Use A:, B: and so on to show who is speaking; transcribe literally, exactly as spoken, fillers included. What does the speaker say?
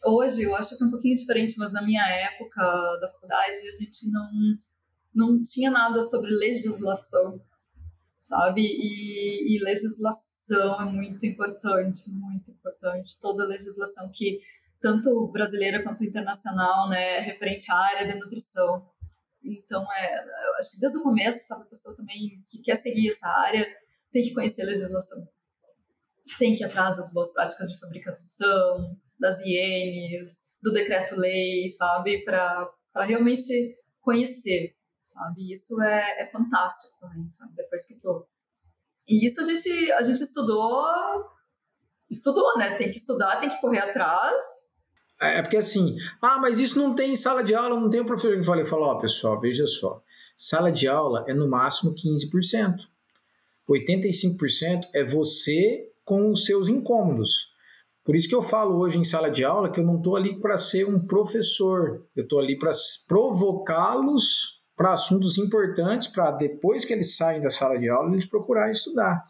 A: Hoje eu acho que é um pouquinho diferente, mas na minha época da faculdade a gente não, não tinha nada sobre legislação, sabe? E, e legislação é muito importante, muito importante. Toda legislação que, tanto brasileira quanto internacional, né, é referente à área da nutrição. Então, é, eu acho que desde o começo, sabe, a pessoa também que quer seguir essa área tem que conhecer a legislação. Tem que ir atrás das boas práticas de fabricação, das hienes, do decreto-lei, sabe? Para realmente conhecer, sabe? Isso é, é fantástico também, sabe? Depois que tu... E isso a gente, a gente estudou, estudou, né? Tem que estudar, tem que correr atrás.
B: É porque assim, ah, mas isso não tem em sala de aula, não tem o professor que fala, eu falo, ó, pessoal, veja só, sala de aula é no máximo quinze por cento. oitenta e cinco por cento é você com os seus incômodos. Por isso que eu falo hoje em sala de aula que eu não estou ali para ser um professor, eu estou ali para provocá-los para assuntos importantes, para depois que eles saem da sala de aula, eles procurarem estudar.